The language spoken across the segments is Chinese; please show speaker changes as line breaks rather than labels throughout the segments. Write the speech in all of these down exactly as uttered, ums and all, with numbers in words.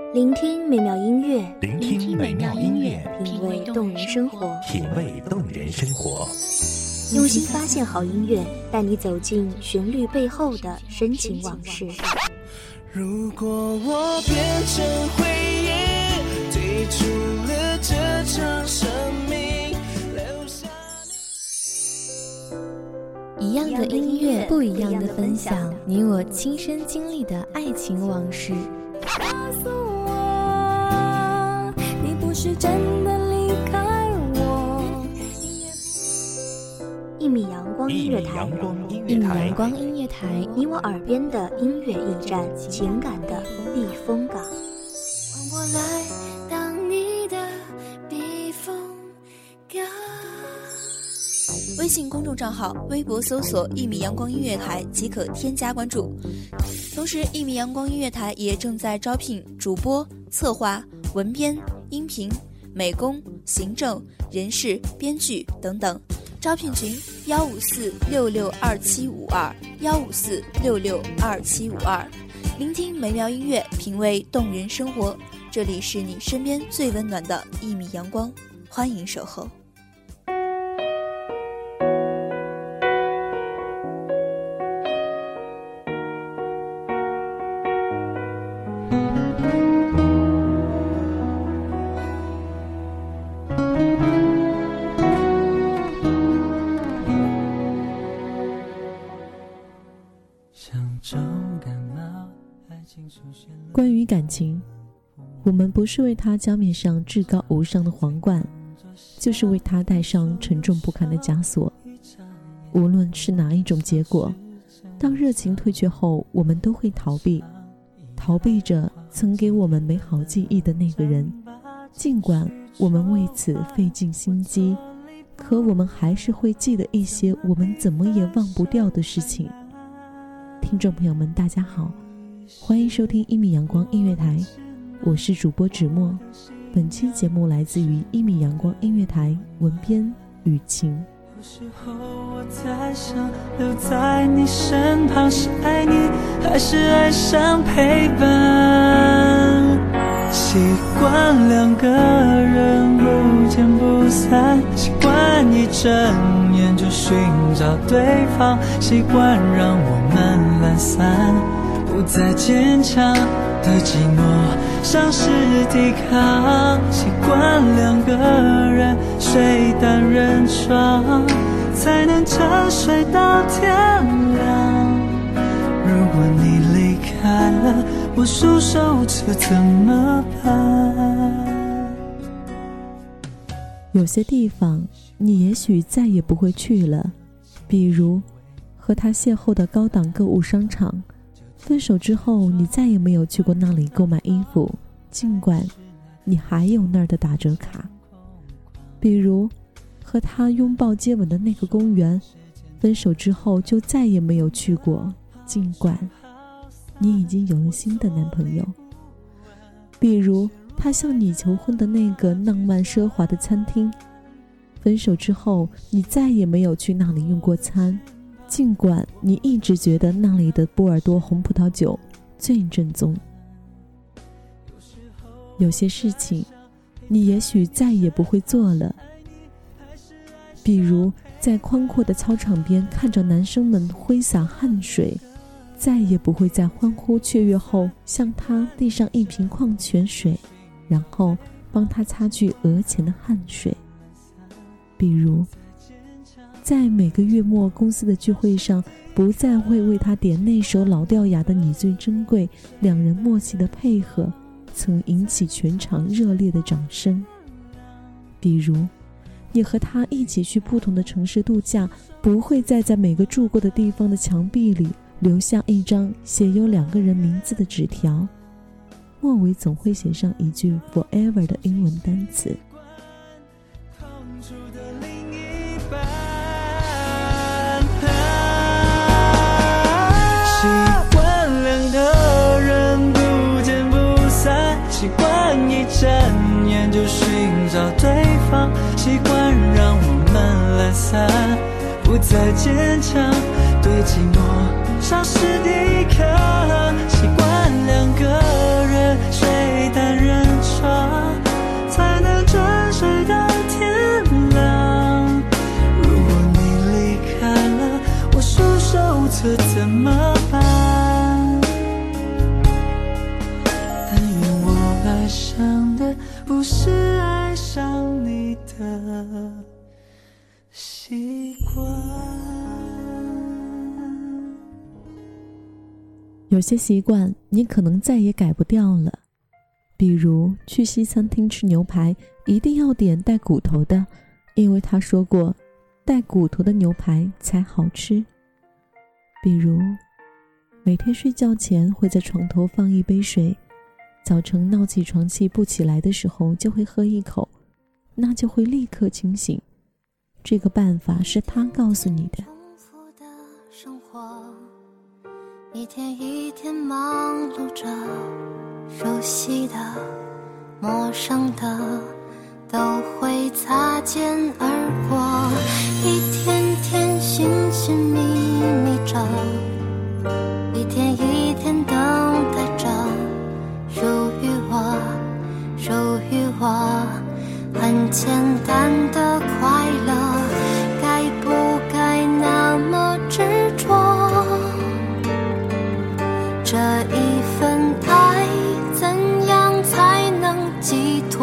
聆听美妙音乐，
聆听美妙音乐，
品味动人生活，
品味动人生活。
用心发现好音乐，带你走进旋律背后的深情往事。
如果我变成回忆，退出了这场生命，留下
一样的音乐，不一样的分享，你我亲身经历的爱情往事。
告诉我，你不是真的离开我。
一米阳光音乐台，
一米阳光音乐台，
你我耳边的音乐驿站，情感的避风港。
让我来当你的避风港。
微信公众账号、微博搜索“一米阳光音乐台”即可添加关注。同时，一米阳光音乐台也正在招聘主播、策划、文编、音频、美工、行政、人事、编剧等等。招聘群：幺五四六六二七五二幺五四六六二七五二。聆听美妙音乐，品味动人生活。这里是你身边最温暖的一米阳光，欢迎守候。
关于感情，我们不是为它加冕上至高无上的皇冠，就是为它戴上沉重不堪的枷锁。无论是哪一种结果，当热情退却后，我们都会逃避，逃避着曾给我们美好记忆的那个人。尽管我们为此费尽心机，可我们还是会记得一些我们怎么也忘不掉的事情。听众朋友们，大家好，欢迎收听一米阳光音乐台，我是主播芷墨。本期节目来自于一米阳光音乐台，文编雨晴。
有时候我在想，留在你身旁是爱你，还是爱上陪伴？习惯两个人不见不散，习惯一睁眼就寻找对方，习惯让我们懒散，不再坚强的寂寞，丧失抵抗，习惯两个人睡单人床，才能沉睡到天亮。如果你离开了，我束手这怎么办？
有些地方你也许再也不会去了，比如和他邂逅的高档购物商场，分手之后你再也没有去过那里购买衣服，尽管你还有那儿的打折卡。比如和他拥抱接吻的那个公园，分手之后就再也没有去过，尽管你已经有了新的男朋友。比如他向你求婚的那个浪漫奢华的餐厅，分手之后你再也没有去那里用过餐，尽管你一直觉得那里的波尔多红葡萄酒最正宗。有些事情你也许再也不会做了，比如在宽阔的操场边看着男生们挥洒汗水，再也不会在欢呼雀跃后向他递上一瓶矿泉水，然后帮他擦去额前的汗水。比如在每个月末公司的聚会上，不再会为他点那首老掉牙的你最珍贵，两人默契的配合曾引起全场热烈的掌声。比如你和他一起去不同的城市度假，不会再在每个住过的地方的墙壁里留下一张写有两个人名字的纸条，末尾总会写上一句 forever 的英文单词。
习惯一睁眼就寻找对方，习惯让我们懒散，不再坚强，对寂寞丧失抵抗，习惯两个人睡单的习惯。
有些习惯你可能再也改不掉了，比如去西餐厅吃牛排一定要点带骨头的，因为他说过带骨头的牛排才好吃。比如每天睡觉前会在床头放一杯水，早晨闹起床气不起来的时候就会喝一口，那就会立刻清醒。这个办法是他告诉你的。
一天一天忙碌着，熟悉的陌生的都会擦肩而过，一天天寻寻觅觅着，一天一天等待着属于我属于我很简单的快乐，该不该那么执着？这一份爱怎样才能寄托？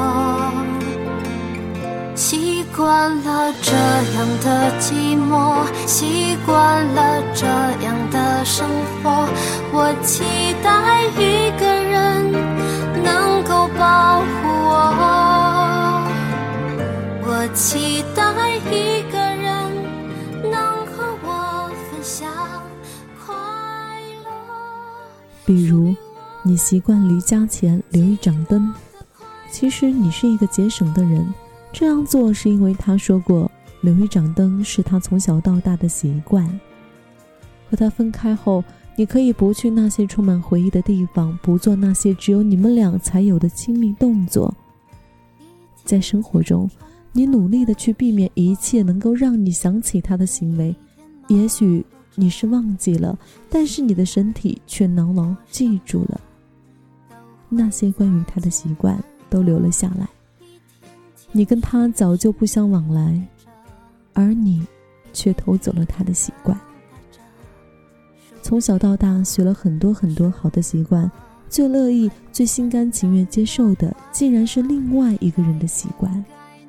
习惯了这样的寂寞，习惯了这样的生活，我期待一个人能够保护我，我期待一个人能和我分享快乐。
比如你习惯离家前留一盏灯，其实你是一个节省的人，这样做是因为他说过留一盏灯是他从小到大的习惯。和他分开后，你可以不去那些充满回忆的地方，不做那些只有你们俩才有的亲密动作。在生活中，你努力地去避免一切能够让你想起他的行为，也许你是忘记了，但是你的身体却牢牢记住了。那些关于他的习惯都留了下来。你跟他早就不相往来，而你却偷走了他的习惯。从小到大学了很多很多好的习惯，最乐意最心甘情愿接受的竟然是另外一个人的习惯。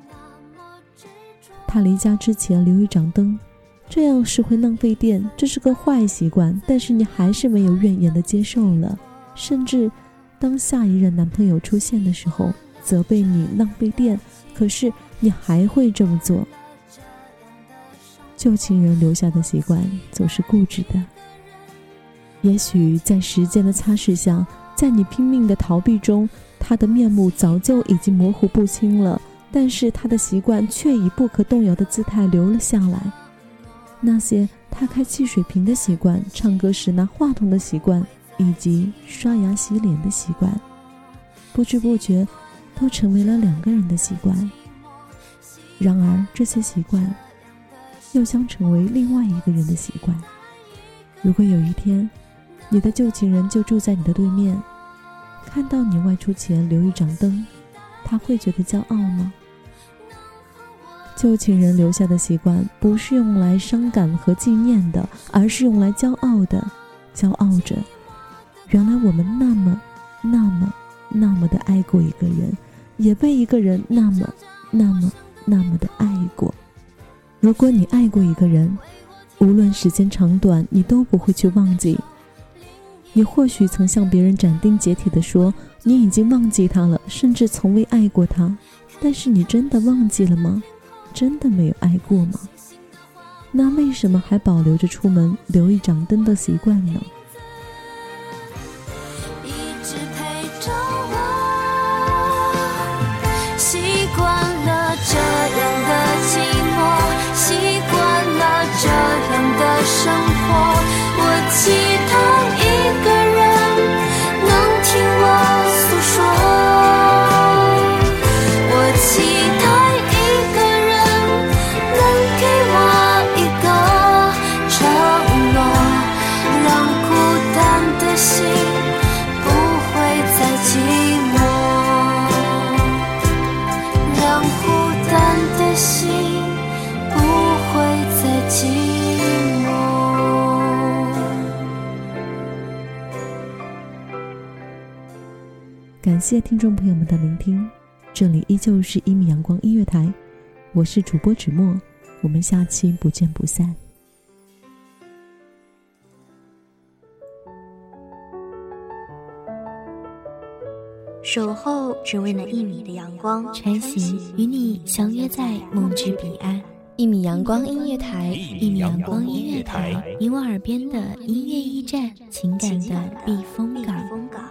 他离家之前留一盏灯，这样是会浪费电，这是个坏习惯，但是你还是没有怨言的接受了，甚至当下一任男朋友出现的时候责备你浪费电，可是你还会这么做。旧情人留下的习惯总是固执的，也许在时间的擦拭下，在你拼命的逃避中，他的面目早就已经模糊不清了，但是他的习惯却以不可动摇的姿态留了下来。那些他开汽水瓶的习惯，唱歌时拿话筒的习惯，以及刷牙洗脸的习惯，不知不觉都成为了两个人的习惯。然而这些习惯又将成为另外一个人的习惯。如果有一天你的旧情人就住在你的对面，看到你外出前留一盏灯，他会觉得骄傲吗？旧情人留下的习惯不是用来伤感和纪念的，而是用来骄傲的，骄傲着原来我们那么那么那么的爱过一个人，也被一个人那么那么那么的爱过。如果你爱过一个人，无论时间长短，你都不会去忘记。你或许曾向别人斩钉截铁地说你已经忘记他了，甚至从未爱过他，但是你真的忘记了吗？真的没有爱过吗？那为什么还保留着出门留一盏灯的习惯呢？
一直陪着我，习惯了这样的寂寞，习惯了这样的生活，我期待一个人能听我诉说，我期待一个人能给我一个承诺，让孤单的心不会再寂寞，让孤单的心不会再寂寞。
感谢听众朋友们的聆听，这里依旧是一米阳光音乐台， 我是主播芷墨，我们下期不见不散。
守候只为那一米的阳光，
穿行与你相约在梦之彼岸。一米阳光音乐台，一米阳光音乐台，你我耳边的音乐驿站，情感的避风港。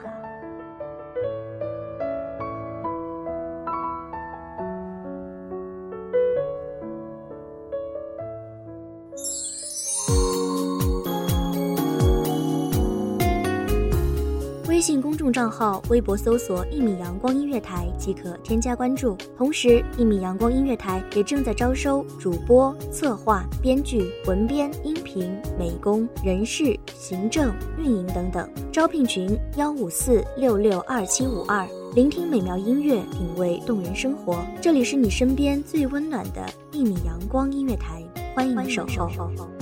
微信公众账号、微博搜索“一米阳光音乐台”即可添加关注。同时，一米阳光音乐台也正在招收主播、策划、编剧、文编、音频、美工、人事、行政、运营等等。招聘群：幺五四六六二七五二。聆听美妙音乐，品味动人生活。这里是你身边最温暖的一米阳光音乐台，欢迎你守候。